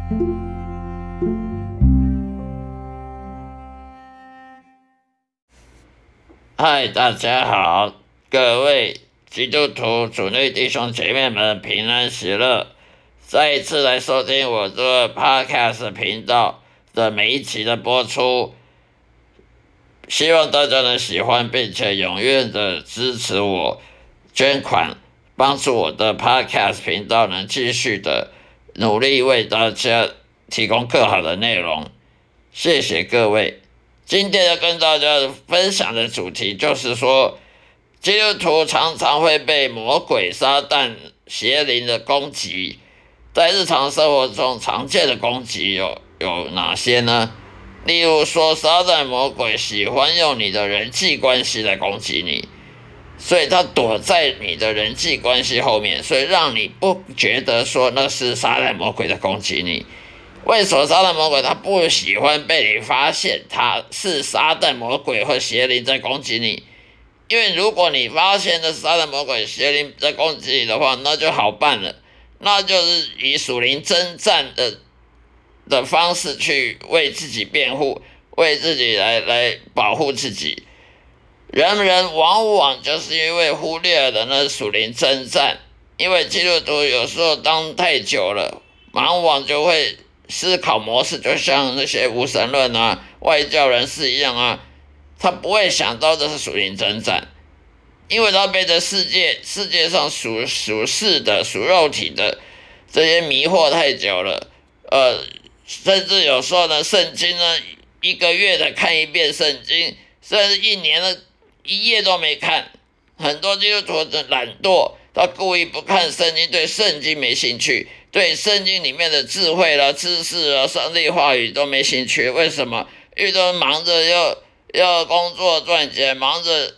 嗨，大家好，各位基督徒主内弟兄姐妹们平安喜乐！再一次来收听我这个 Podcast 频道的每一期的播出，希望大家能喜欢，并且踊跃的支持我，捐款，帮助我的 Podcast 频道能继续的努力为大家提供更好的内容。谢谢各位。今天要跟大家分享的主题就是说，基督徒常常会被魔鬼、撒旦、邪灵的攻击。在日常生活中常见的攻击有哪些呢？例如说，撒旦魔鬼喜欢用你的人际关系来攻击你，所以他躲在你的人际关系后面，所以让你不觉得说那是撒旦魔鬼在攻击你。为什么撒旦魔鬼他不喜欢被你发现他是撒旦魔鬼或邪灵在攻击你？因为如果你发现的是撒旦魔鬼邪灵在攻击你的话，那就好办了，那就是以属灵征战的方式去为自己辩护，为自己来保护自己。人往往就是因为忽略了那属灵征战，因为基督徒有时候当太久了，往往就会思考模式就像那些无神论啊、外教人士一样啊，他不会想到这是属灵征战，因为他被这世界上属世的、属肉体的这些迷惑太久了，甚至有时候呢，圣经呢1个月的看一遍圣经，甚至1年的1页都没看。很多基督徒的懒惰，他故意不看圣经，对圣经没兴趣，对圣经里面的智慧啦、知识啦、上帝话语都没兴趣。为什么？因为都忙着要工作赚钱，忙着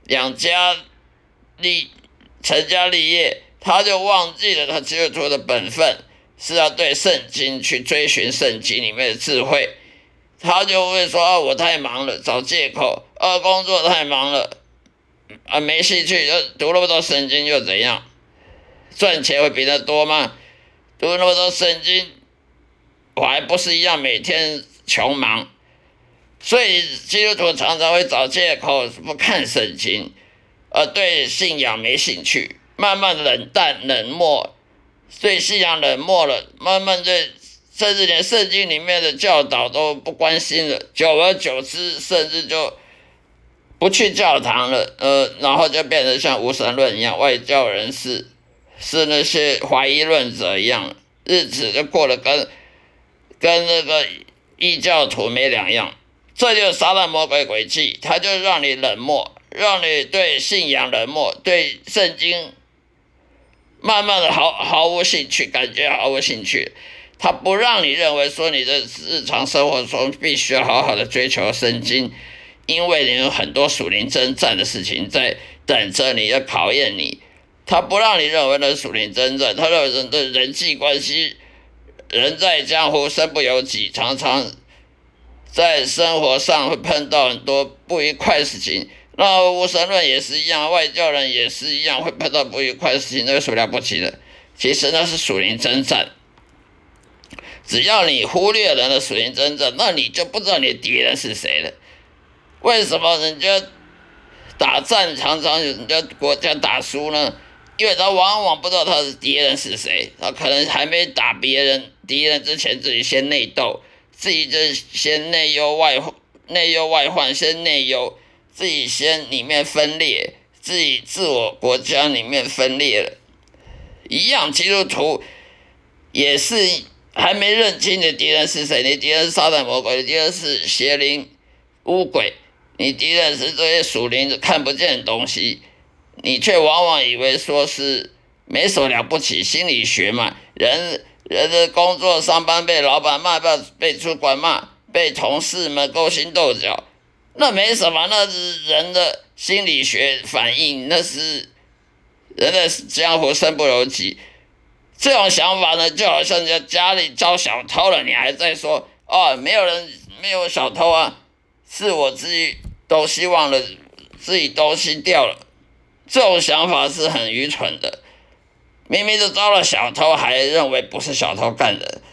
成家立业，他就忘记了他基督徒的本分是要对圣经去追寻圣经里面的智慧。他就会说我太忙了，找借口，工作太忙了，没兴趣，读那么多圣经又怎样？赚钱会比他多吗？读那么多圣经，我还不是一样每天穷忙？所以基督徒常常会找借口不看圣经，对信仰没兴趣，慢慢冷淡冷漠，对信仰冷漠了，慢慢的甚至连圣经里面的教导都不关心了，久而久之，甚至就不去教堂了，然后就变成像无神论一样，外教人士是那些怀疑论者一样，日子就过得跟那个异教徒没两样。这就是撒旦魔鬼诡计，他就让你冷漠，让你对信仰冷漠，对圣经慢慢的毫无兴趣，感觉毫无兴趣。他不让你认为说你的日常生活中必须要好好的追求圣经，因为你有很多属灵征战的事情在等着你，要考验你。他不让你认为那是属灵征战，他认为人的人际关系，人在江湖身不由己，常常在生活上会碰到很多不愉快的事情。那无神论也是一样，外教人也是一样，会碰到不愉快的事情，那有什么了不起的？其实那是属灵征战。只要你忽略了那属灵征战，那你就不知道你的敌人是谁了。为什么人家打战常常人家国家打输呢？因为他往往不知道他的敌人是谁，他可能还没打敌人之前，自己先内斗，自己就先内忧外患，先内忧，自己先里面分裂，自我国家里面分裂了。一样，基督徒也是还没认清你的敌人是谁，你敌人是撒旦魔鬼，你敌人是邪灵污鬼，你敌人是这些属灵看不见的东西，你却往往以为说是没什么了不起，心理学嘛，人的工作上班被老板骂，被主管骂，被同事们勾心斗角，那没什么，那是人的心理学反应，那是人的江湖身不由己。这种想法呢，就好像在家里遭小偷了，你还在说没有小偷啊，是我自己东西忘了，自己东西掉了。这种想法是很愚蠢的。明明就遭了小偷，还认为不是小偷干的，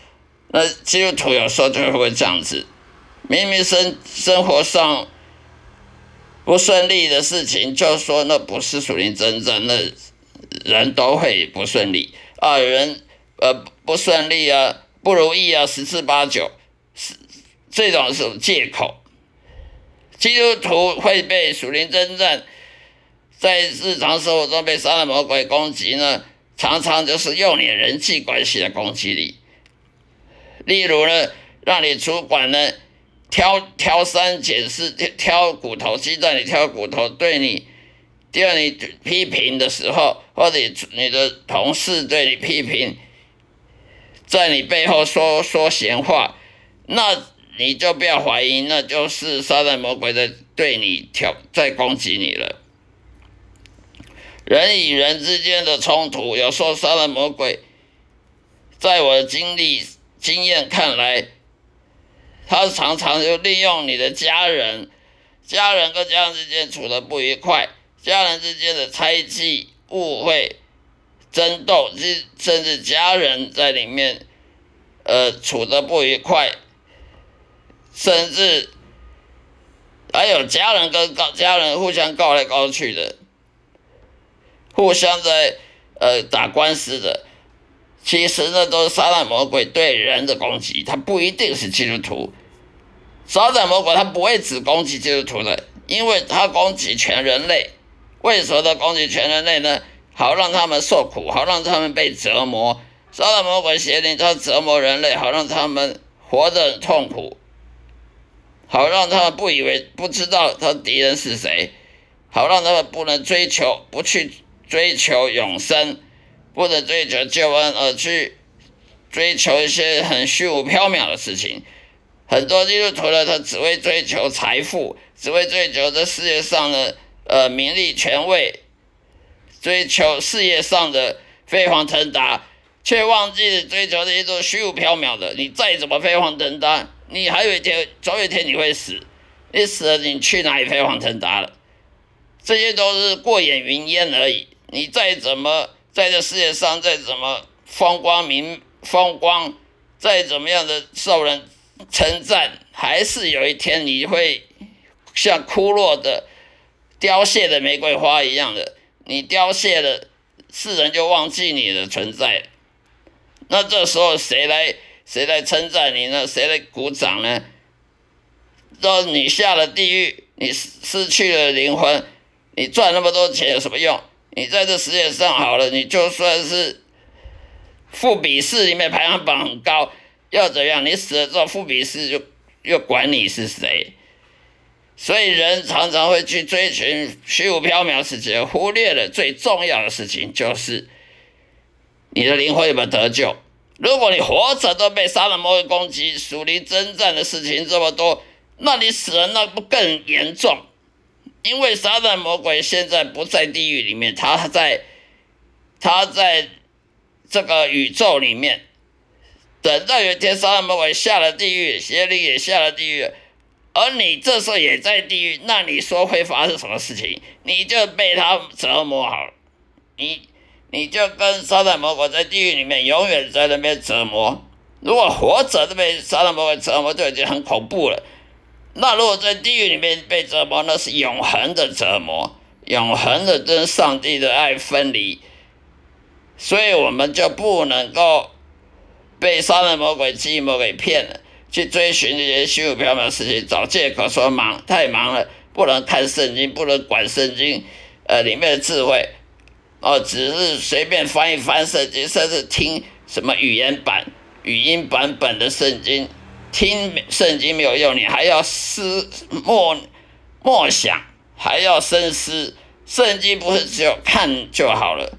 那基督徒有时候就会这样子，明明生活上不顺利的事情，就说那不是属灵真正，那人都会不顺利啊，人不顺利啊，不如意啊，十之八九，这种是借口。基督徒会被属灵征战，在日常生活中被撒旦魔鬼攻击呢，常常就是用你人际关系来攻击你。例如呢，让你主管呢挑三拣四，挑骨头，鸡在你挑骨头，对你批评的时候，或者你的同事对你批评，在你背后说闲话，那你就不要怀疑，那就是撒旦魔鬼在对你在攻击你了。人与人之间的冲突，有时候撒旦魔鬼，在我的经验看来，他常常就利用你的家人跟家人之间处得不愉快，家人之间的猜忌、误会、争斗，甚至家人在里面处得不愉快，甚至还有家人跟家人互相告来告去的，互相在打官司的，其实呢都是撒旦魔鬼对人的攻击，他不一定是基督徒。撒旦魔鬼他不会只攻击基督徒的，因为他攻击全人类。为什么他攻击全人类呢？好让他们受苦，好让他们被折磨。撒旦魔鬼邪灵他折磨人类，好让他们活得很痛苦，好让他们不知道他敌人是谁，好让他们不去追求永生，不能追求救恩，而去追求一些很虚无缥缈的事情。很多基督徒呢，他只会追求财富，只会追求这世界上的名利权位，追求事业上的飞黄腾达，却忘记追求这些都虚无缥缈的。你再怎么飞黄腾达，你还有总有一天你会死，你死了你去哪里飞黄腾达了？这些都是过眼云烟而已。你再怎么在这世界上再怎么风光，再怎么样的受人称赞，还是有一天你会像枯落的凋谢的玫瑰花一样的，你凋谢了，世人就忘记你的存在。那这时候谁来称赞你呢？谁来鼓掌呢？到你下了地狱，你失去了灵魂，你赚那么多钱有什么用？你在这世界上好了，你就算是富比士里面排行榜很高，要怎样？你死了之后，富比士就又管你是谁。所以人常常会去追寻虚无缥缈的事情，忽略了最重要的事情，就是你的灵魂有没有得救。如果你活着都被撒旦魔鬼攻击，属灵征战的事情这么多，那你死了那不更严重？因为撒旦魔鬼现在不在地狱里面，他在这个宇宙里面。等到有一天撒旦魔鬼下了地狱，邪灵也下了地狱，而你这时候也在地狱，那你说会发生什么事情？你就被他折磨好了，你就跟撒旦魔鬼在地狱里面永远在那边折磨。如果活着都被撒旦魔鬼折磨，就已经很恐怖了。那如果在地狱里面被折磨，那是永恒的折磨，永恒的跟上帝的爱分离。所以我们就不能够被撒旦魔鬼计谋给骗了，去追寻这些虚无缥缈的事情，找借口说太忙了，不能看圣经，不能管圣经里面的智慧，只是随便翻一翻圣经，甚至听什么语音版本的圣经，听圣经没有用，你还要默想，还要深思。圣经不是只有看就好了，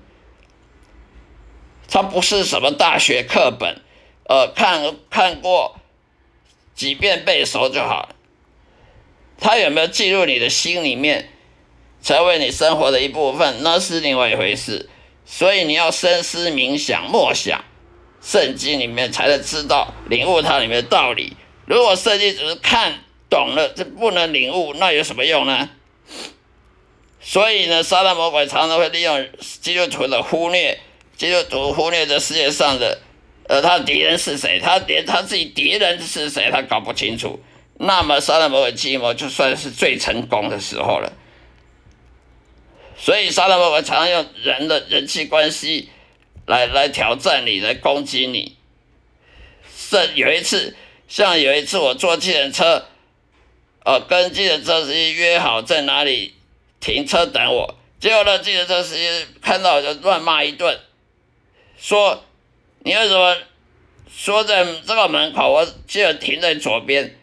它不是什么大学课本，看过几遍背熟就好了。它有没有记入你的心里面，成为你生活的一部分，那是另外一回事。所以你要深思冥想默想圣经里面，才能知道领悟它里面的道理。如果圣经只是看懂了，这不能领悟，那有什么用呢？所以呢，撒旦魔鬼常常会利用基督徒忽略这世界上的他的敌人是谁，他连他自己敌人是谁他搞不清楚，那么杀人魔鬼计谋就算是最成功的时候了。所以杀人魔鬼常常用人的人际关系来挑战你，来攻击你。有一次我坐计程车，跟计程车司机约好在哪里停车等我，结果呢，计程车司机看到我就乱骂一顿，说你为什么说在这个门口，我记得停在左边。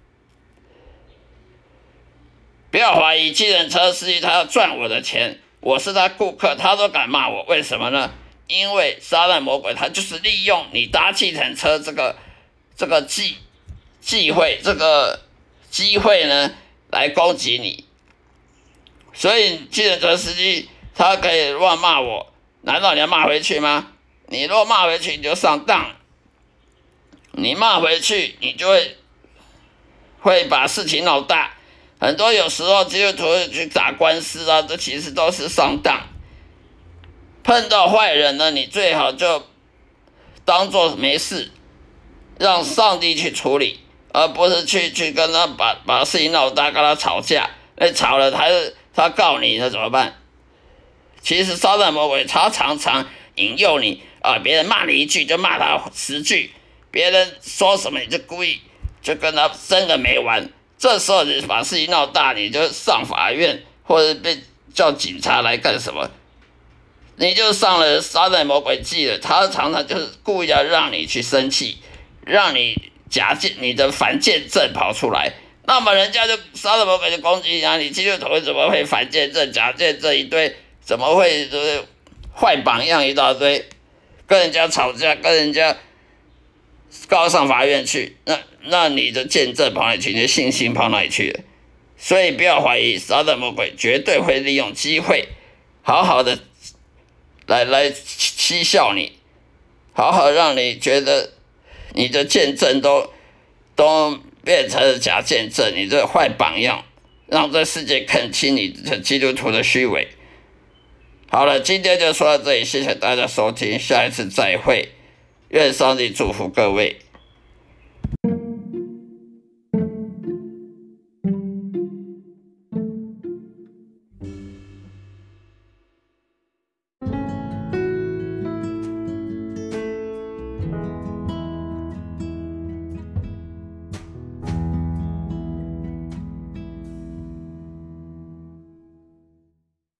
不要怀疑计程车司机他要赚我的钱，我是他顾客，他都敢骂我，为什么呢？因为杀人魔鬼他就是利用你搭计程车这个机会呢来攻击你，所以计程车司机他可以乱骂我，难道你要骂回去吗？你若骂回去你就上当了，你骂回去你就会把事情闹大。很多有时候基督徒去打官司啊，这其实都是上当。碰到坏人呢，你最好就当作没事，让上帝去处理，而不是去跟他把事情闹大，跟他吵架。吵了他告你，那怎么办？其实撒旦魔鬼他常常引诱你别人骂你一句就骂他10句，别人说什么你就故意就跟他争个没完。这时候你把事情闹大，你就上法院或者被叫警察来干什么？你就上了撒旦魔鬼计了。他常常就是故意要让你去生气，让你你的反见证跑出来。那么人家就撒旦魔鬼就攻击你基督徒怎么会反见证、假见证一堆？怎么会就是坏榜样一大堆？跟人家吵架，跟人家告上法院去，那你的见证跑哪里去？你的信心跑哪里去了？所以不要怀疑，撒旦魔鬼绝对会利用机会，好好的来欺笑你，好好让你觉得你的见证都变成了假见证，你这坏榜样，让这世界看清你这基督徒的虚伪。好了，今天就说到这里，谢谢大家收听，下一次再会，愿上帝祝福各位。